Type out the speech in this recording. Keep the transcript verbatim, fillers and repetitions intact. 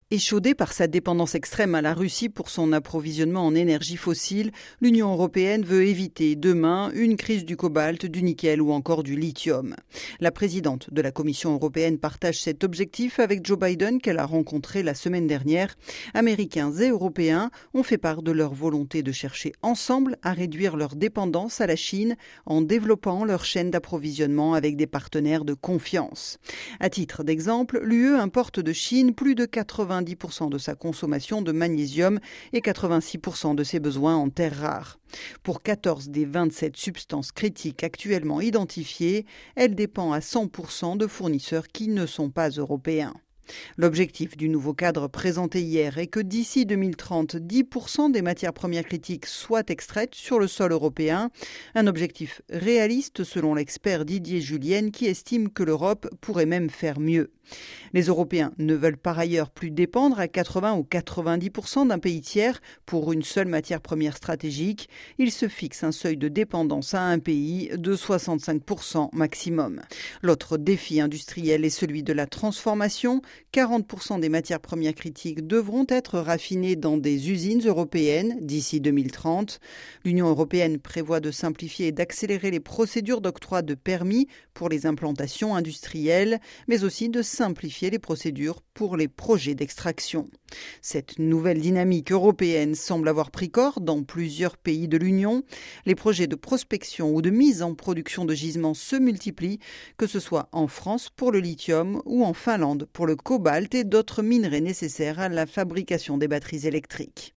Échaudée par sa dépendance extrême à la Russie pour son approvisionnement en énergie fossile, l'Union européenne veut éviter demain une crise du cobalt, du nickel ou encore du lithium. La présidente de la Commission européenne partage cet objectif avec Joe Biden qu'elle a rencontré la semaine dernière. Américains et Européens ont fait part de leur volonté de chercher ensemble à réduire leur dépendance à la Chine en développant leur chaîne d'approvisionnement avec des partenaires de confiance. À titre d'exemple, l'U E importe de Chine plus de quatre-vingt-dix pour cent de sa consommation de magnésium et quatre-vingt-six pour cent de ses besoins en terres rares. Pour quatorze des vingt-sept substances critiques actuellement identifiées, elle dépend à cent pour cent de fournisseurs qui ne sont pas européens. L'objectif du nouveau cadre présenté hier est que d'ici deux mille trente, dix pour cent des matières premières critiques soient extraites sur le sol européen. Un objectif réaliste selon l'expert Didier Julienne qui estime que l'Europe pourrait même faire mieux. Les Européens ne veulent par ailleurs plus dépendre à quatre-vingts ou quatre-vingt-dix pour cent d'un pays tiers pour une seule matière première stratégique. Ils se fixent un seuil de dépendance à un pays de soixante-cinq pour cent maximum. L'autre défi industriel est celui de la transformation. quarante pour cent des matières premières critiques devront être raffinées dans des usines européennes d'ici deux mille trente. L'Union européenne prévoit de simplifier et d'accélérer les procédures d'octroi de permis pour les implantations industrielles, mais aussi de simplifier les procédures pour les projets d'extraction. Cette nouvelle dynamique européenne semble avoir pris corps dans plusieurs pays de l'Union. Les projets de prospection ou de mise en production de gisements se multiplient, que ce soit en France pour le lithium ou en Finlande pour le cobalt et d'autres minerais nécessaires à la fabrication des batteries électriques.